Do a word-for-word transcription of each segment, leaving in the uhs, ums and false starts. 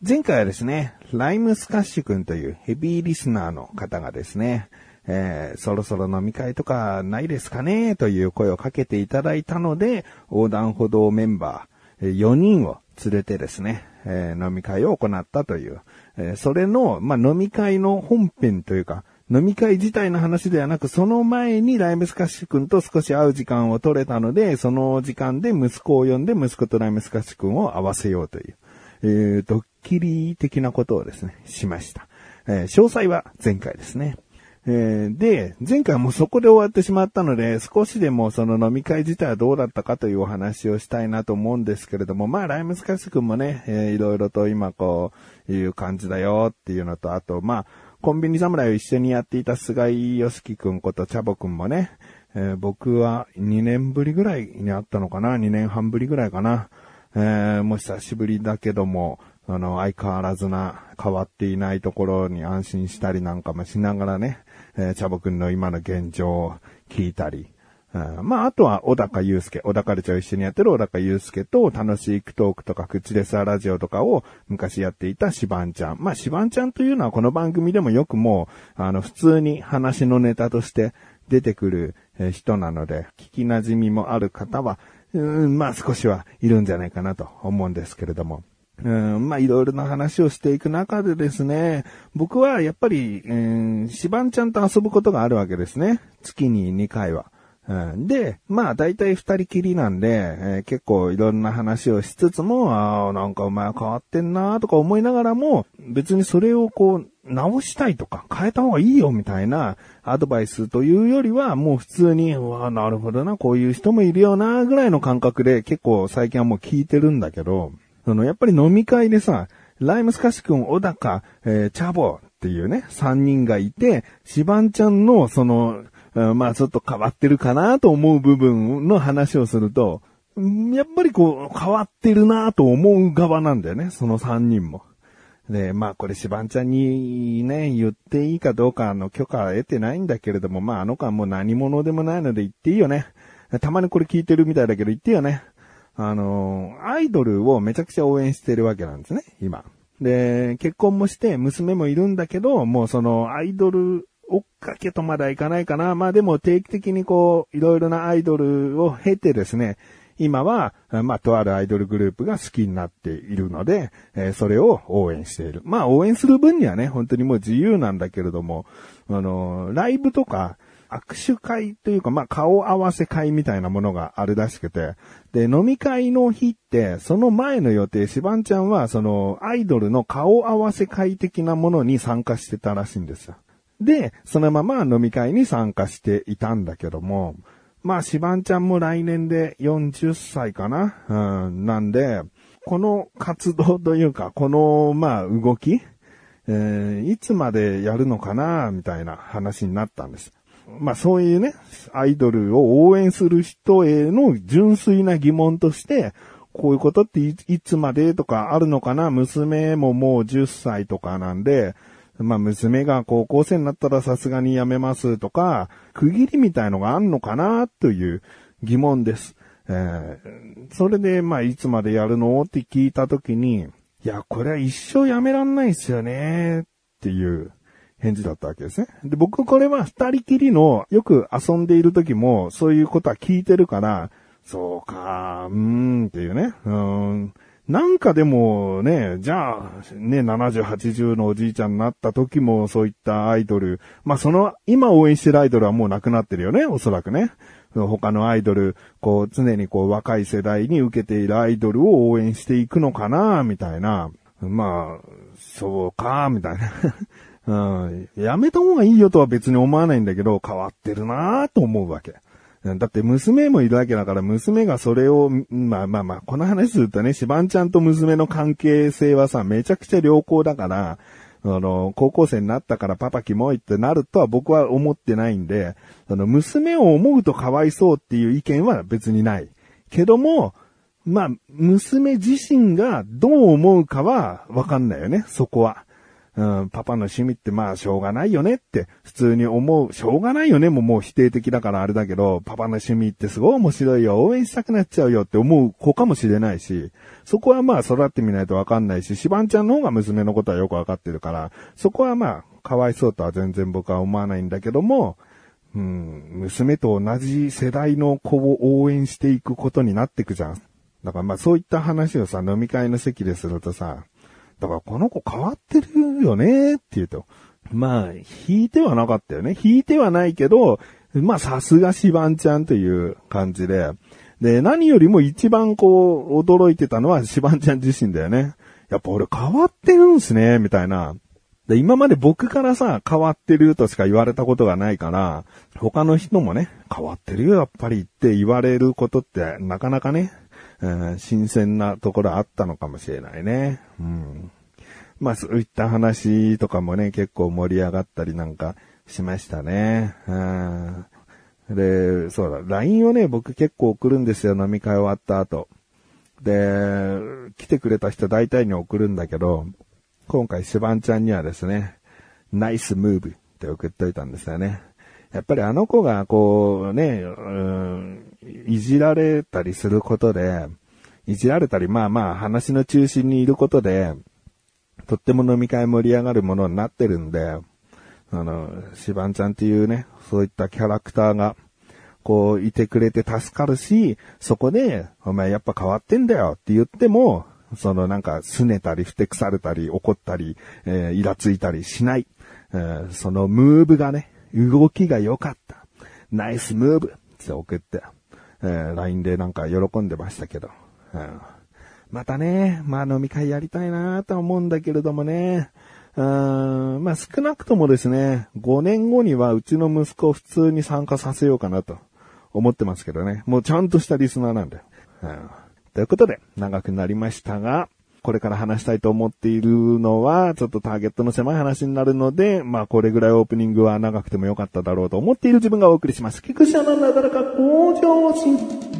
前回はですね、ライムスカッシュ君というヘビーリスナーの方がですね、えー、そろそろ飲み会とかないですかねという声をかけていただいたので、横断歩道メンバーよにんを連れてですね、えー、飲み会を行ったという、えー、それの、まあ、飲み会の本編というか、飲み会自体の話ではなく、その前にライムスカッシュ君と少し会う時間を取れたので、その時間で息子を呼んで息子とライムスカッシュ君を会わせようという、えー、ドッキリ的なことをですね、しました。えー、詳細は前回ですね。えー、で、前回はもうそこで終わってしまったので、少しでもその飲み会自体はどうだったかというお話をしたいなと思うんですけれども、まあ、ライムスカッシュ君もね、えー、いろいろと今こう、いう感じだよっていうのと、あと、まあ、コンビニ侍を一緒にやっていた菅井良樹君ことチャボ君もね、えー、僕はにねんぶりぐらいに会ったのかな、にねんはんぶりぐらいかな。えー、もう久しぶりだけども、あの、相変わらずな、変わっていないところに安心したりなんかもしながらね、えー、チャボくんの今の現状を聞いたり、うん、まあ、あとは小高祐介、小高ルチャを一緒にやってる小高祐介と楽しいクトークとか口レスラジオとかを昔やっていたシバンちゃん。まあ、シバンちゃんというのはこの番組でもよくもう、あの、普通に話のネタとして出てくる人なので、聞き馴染みもある方は、うん、まあ少しはいるんじゃないかなと思うんですけれども。うん、まあいろいろな話をしていく中でですね、僕はやっぱり、うん、シバンちゃんと遊ぶことがあるわけですね。月ににかいは。うん、で、まあ大体二人きりなんで、えー、結構いろんな話をしつつも、ああ、なんかお前変わってんなとか思いながらも、別にそれをこう、直したいとか変えた方がいいよみたいなアドバイスというよりはもう普通に、うわ、なるほどな、こういう人もいるよなぐらいの感覚で結構最近はもう聞いてるんだけど、そのやっぱり飲み会でさ、ライムスカッシュ君、小高、えー、チャボっていうね、三人がいて、シバンちゃんのその、まあちょっと変わってるかなと思う部分の話をすると、やっぱりこう変わってるなと思う側なんだよね、その三人も。で、まあこれシバンちゃんにね、言っていいかどうかの許可は得てないんだけれども、まああの子はもう何者でもないので言っていいよね。たまにこれ聞いてるみたいだけど言っていいよね。あの、アイドルをめちゃくちゃ応援してるわけなんですね、今。で、結婚もして娘もいるんだけど、もうそのアイドル追っかけとまだいかないかな。まあでも定期的にこう、いろいろなアイドルを経てですね、今は、まあ、とあるアイドルグループが好きになっているので、えー、それを応援している。まあ、応援する分にはね、本当にもう自由なんだけれども、あの、ライブとか、握手会というか、まあ、顔合わせ会みたいなものがあるらしくて、で、飲み会の日って、その前の予定、シバンちゃんは、その、アイドルの顔合わせ会的なものに参加してたらしいんですよ。で、そのまま飲み会に参加していたんだけども、まあ、シバンちゃんも来年でよんじゅっさいかな、うん、なんで、この活動というか、この、まあ、動き、えー、いつまでやるのかな、みたいな話になったんです。まあ、そういうね、アイドルを応援する人への純粋な疑問として、こういうことってい、いつまでとかあるのかな、娘ももうじゅっさいとかなんで、まあ娘が高校生になったらさすがに辞めますとか、区切りみたいのがあんのかなという疑問です。えー、それでまあいつまでやるのって聞いたときに、いやこれは一生辞めらんないですよねっていう返事だったわけですね。で僕これは二人きりのよく遊んでいる時もそういうことは聞いてるから、そうか、うーんっていうね。うーんなんかでもね、じゃあ、ね、ななじゅう、はちじゅうのおじいちゃんになった時もそういったアイドル、まあその、今応援してるアイドルはもうなくなってるよね、おそらくね。他のアイドル、こう常にこう若い世代に受けているアイドルを応援していくのかな、みたいな。まあ、そうか、みたいな。うん、やめた方がいいよとは別に思わないんだけど、変わってるなと思うわけ。だって娘もいるわけだから娘がそれを、まあまあまあ、この話するとね、シバンちゃんと娘の関係性はさ、めちゃくちゃ良好だから、あの、高校生になったからパパキモいってなるとは僕は思ってないんで、あの、娘を思うとかわいそうっていう意見は別にない。けども、まあ、娘自身がどう思うかはわかんないよね、そこは。 うん、パパの趣味ってまあしょうがないよねって普通に思う。しょうがないよねももう否定的だからあれだけど、パパの趣味ってすごい面白いよ、応援したくなっちゃうよって思う子かもしれないし、そこはまあ育ってみないとわかんないし、シバンちゃんの方が娘のことはよくわかってるから、そこはまあかわいそうとは全然僕は思わないんだけども、うん、娘と同じ世代の子を応援していくことになっていくじゃん。だからまあそういった話をさ、飲み会の席でするとさ、だからこの子変わってるよねって言うと、まあ、引いてはなかったよね。引いてはないけど、まあさすがシバンちゃんという感じで、で、何よりも一番こう、驚いてたのはシバンちゃん自身だよね。やっぱ俺変わってるんすね、みたいな。で、今まで僕からさ、変わってるとしか言われたことがないから、他の人もね、変わってるよ、やっぱりって言われることってなかなかね、うん、新鮮なところあったのかもしれないね。うん。まあそういった話とかもね、結構盛り上がったりなんかしましたね。うん、で、そうだ、ライン をね、僕結構送るんですよ、飲み会終わった後。で、来てくれた人大体に送るんだけど、今回シバンちゃんにはですね、ナイスムーブって送っといたんですよね。やっぱりあの子がこうね、うん、いじられたりすることで、いじられたり、まあまあ話の中心にいることで、とっても飲み会盛り上がるものになってるんで、あの、シバンちゃんっていうね、そういったキャラクターが、こういてくれて助かるし、そこで、お前やっぱ変わってんだよって言っても、そのなんか拗ねたり、ふてくされたり、怒ったり、えー、イラついたりしない、えー。そのムーブがね、動きが良かった。ナイスムーブって送って、えー、ライン でなんか喜んでましたけど。うん、またね、まあ飲み会やりたいなと思うんだけれどもね。うーん、まあ少なくともですね、ごねんごにはうちの息子を普通に参加させようかなと思ってますけどね。もうちゃんとしたリスナーなんだよ。うん、ということで、長くなりましたが、これから話したいと思っているのは、ちょっとターゲットの狭い話になるので、まあこれぐらいオープニングは長くてもよかっただろうと思っている自分がお送りします。菊池のなだらか向上心。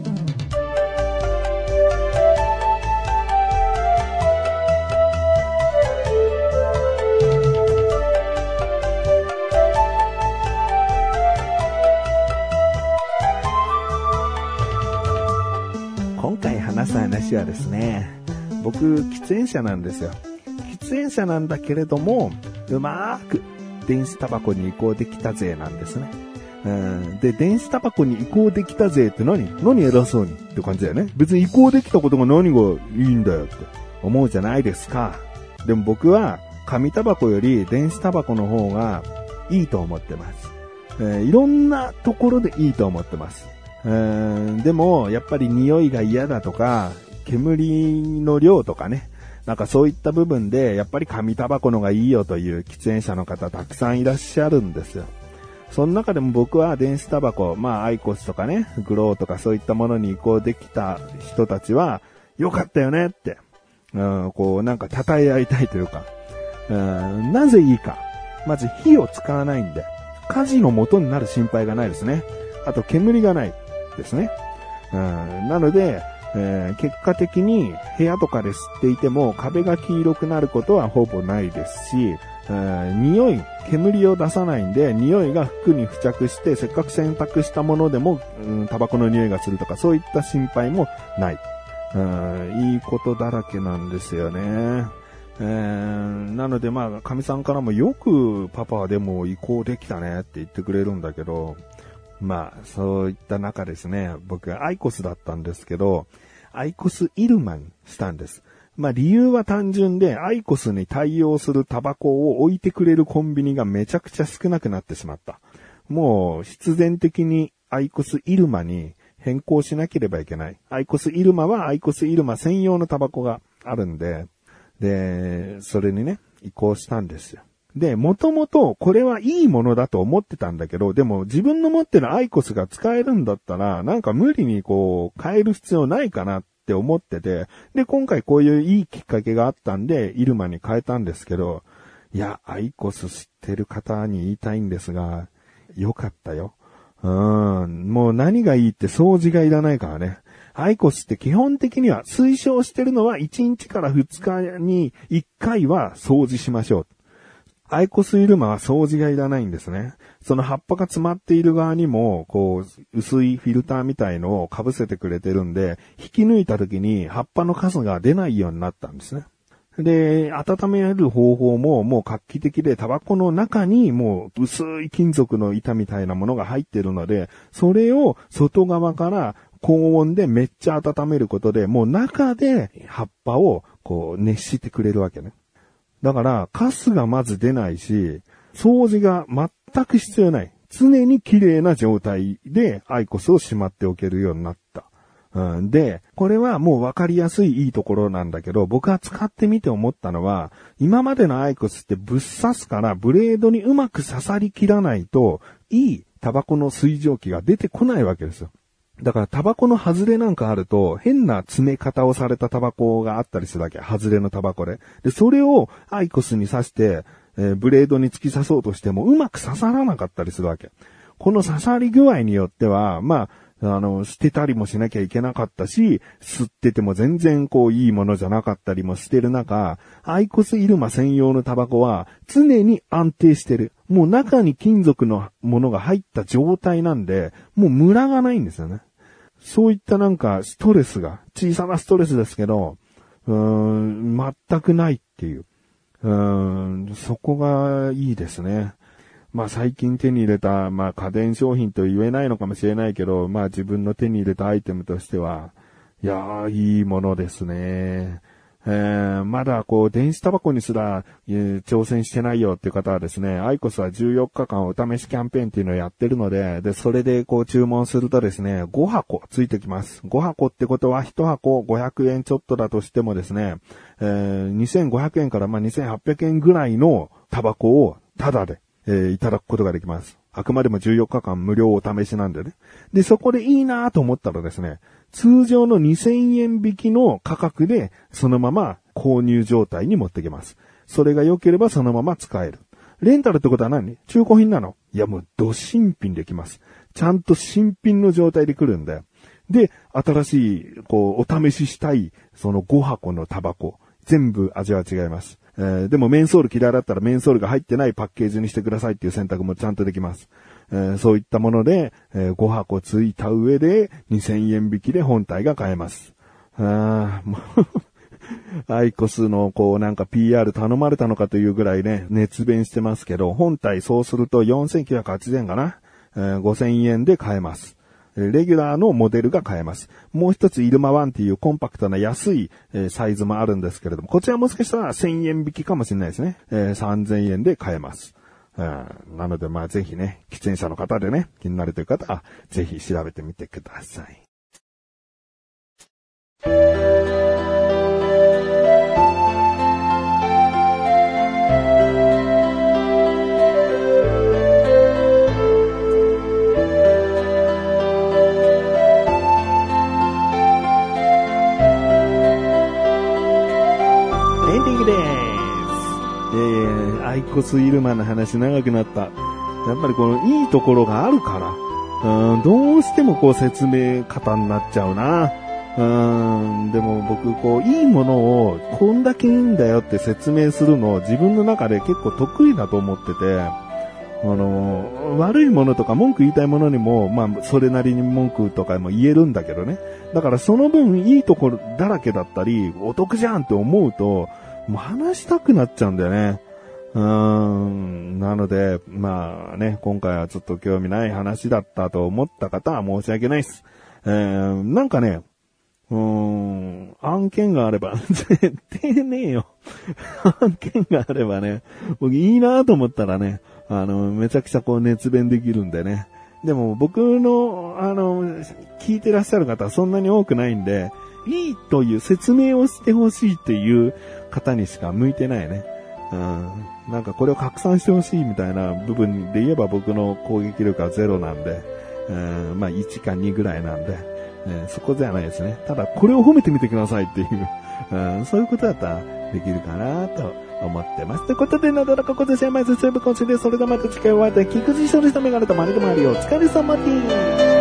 今回話す話はですね、僕喫煙者なんですよ。喫煙者なんだけれども、うまーく電子タバコに移行できたぜなんですね。うん、で、電子タバコに移行できたぜって何何偉そうにって感じだよね。別に移行できたことが何がいいんだよって思うじゃないですか。でも僕は紙タバコより電子タバコの方がいいと思ってます。えー、いろんなところでいいと思ってます。うーん、でもやっぱり匂いが嫌だとか、煙の量とかね、なんかそういった部分でやっぱり紙タバコのがいいよという喫煙者の方たくさんいらっしゃるんですよ。その中でも僕は電子タバコ、まあアイコスとかね、グローとかそういったものに移行できた人たちは良かったよねって、うん、こうなんか称え合いたいというか、うん、なぜいいか。まず火を使わないんで、火事の元になる心配がないですね。あと煙がないですね。うん、なので、えー、結果的に部屋とかで吸っていても壁が黄色くなることはほぼないですし、えー、匂い、煙を出さないんで、匂いが服に付着してせっかく洗濯したものでも、うん、タバコの匂いがするとかそういった心配もない。うん、いいことだらけなんですよね。えー、なのでまあ、神さんからもよくパパはでも移行できたねって言ってくれるんだけど、まあ、そういった中ですね、僕はアイコスだったんですけど、アイコスイルマにしたんです。まあ理由は単純で、アイコスに対応するタバコを置いてくれるコンビニがめちゃくちゃ少なくなってしまった。もう必然的にアイコスイルマに変更しなければいけない。アイコスイルマはアイコスイルマ専用のタバコがあるんで、で、それにね、移行したんですよ。で、もともとこれはいいものだと思ってたんだけど、でも自分の持ってるアイコスが使えるんだったら、なんか無理にこう変える必要ないかなって思ってて、で、今回こういういいきっかけがあったんで、イルマに変えたんですけど、いや、アイコス知ってる方に言いたいんですが、よかったよ。うーん、もう何がいいって掃除がいらないからね。アイコスって基本的には推奨してるのはいちにちからふつかにいっかいは掃除しましょう。 アイコスイルマは掃除がいらないんですね。その葉っぱが詰まっている側にも、こう、薄いフィルターみたいのを被せてくれてるんで、引き抜いた時に葉っぱの数が出ないようになったんですね。で、温める方法ももう画期的で、タバコの中にもう薄い金属の板みたいなものが入ってるので、それを外側から高温でめっちゃ温めることで、もう中で葉っぱをこう熱してくれるわけね。だから、カスがまず出ないし、掃除が全く必要ない。常に綺麗な状態でアイコスをしまっておけるようになった。うん、で、これはもう分かりやすいいいところなんだけど、僕は使ってみて思ったのは、今までのアイコスってぶっ刺すからブレードにうまく刺さりきらないと、いいタバコの水蒸気が出てこないわけですよ。だからタバコの外れなんかあると、変な詰め方をされたタバコがあったりするわけ。外れのタバコで。で、それをアイコスに刺して、えー、ブレードに突き刺そうとしてもうまく刺さらなかったりするわけ。この刺さり具合によっては、まあ、あの、捨てたりもしなきゃいけなかったし、吸ってても全然こういいものじゃなかったりもしてる中、アイコスイルマ専用のタバコは常に安定してる。もう中に金属のものが入った状態なんで、もうムラがないんですよね。そういったなんかストレスが、小さなストレスですけど、うーん、全くないっていう。うーん、そこがいいですね。まあ最近手に入れた、まあ家電商品と言えないのかもしれないけど、まあ自分の手に入れたアイテムとしては、いやー、いいものですね。えー、まだこう電子タバコにすら、えー、挑戦してないよっていう方はですね、アイコスはじゅうよっかかんお試しキャンペーンっていうのをやってるので、で、それでこう注文するとですね、ごはこついてきます。ごはこってことはいちはこごひゃくえんちょっとだとしてもですね、えー、にせんごひゃくえんからまあにせんはっぴゃくえんぐらいのタバコをタダで、えー、いただくことができます。あくまでもじゅうよっかかん無料お試しなんでね。で、そこでいいなと思ったらですね、通常のにせんえん引きの価格でそのまま購入状態に持ってきます。それが良ければそのまま使える。レンタルってことは何？中古品なの？いやもうド新品できます。ちゃんと新品の状態で来るんだよ。で、新しい、こう、お試ししたい、そのごはこのタバコ。全部味は違います。えー、でもメンソール嫌いだったらメンソールが入ってないパッケージにしてくださいっていう選択もちゃんとできます。えー、そういったもので、えー、ごはこついた上でにせんえん引きで本体が買えます。あー、もうアイコスのこうなんか ピーアール 頼まれたのかというぐらいね、熱弁してますけど、本体そうするとよんせんきゅうひゃくはちじゅうえんかな、えー、ごせんえんで買えます。レギュラーのモデルが買えます。もう一つイルマワンっていうコンパクトな安い、えー、サイズもあるんですけれども、こちらもしかしたらせんえん引きかもしれないですね。えー、さんぜんえんで買えます。なのでまあぜひね、喫煙者の方でね、気になるという方は、ぜひ調べてみてください。エンディングです。えー、アイコスイルマの話長くなった。やっぱりこのいいところがあるから、うん、どうしてもこう説明方になっちゃうな。うん、でも僕こういいものをこんだけいいんだよって説明するのを自分の中で結構得意だと思ってて、あの、悪いものとか文句言いたいものにも、まあ、それなりに文句とかも言えるんだけどね。だからその分いいところだらけだったり、お得じゃんって思うと、もう話したくなっちゃうんだよね。うーん。なので、まあね、今回はちょっと興味ない話だったと思った方は申し訳ないです。えー、なんかね、うーん、案件があれば、絶対ねえよ。案件があればね、僕いいなと思ったらね、あの、めちゃくちゃこう熱弁できるんでね。でも僕の、あの、聞いてらっしゃる方はそんなに多くないんで、いいという説明をしてほしいっていう方にしか向いてないね。うん。なんかこれを拡散してほしいみたいな部分で言えば僕の攻撃力はゼロなんで、うん、まあいちかにぐらいなんで、うん、そこじゃないですね。ただこれを褒めてみてくださいっていう、うん、そういうことだったらできるかなと思ってます。ということで、なだらかことせまいずセーブコンシで、それではまた次回お会いできくじしょりしたメガネとマリとマリオ、お疲れ様です。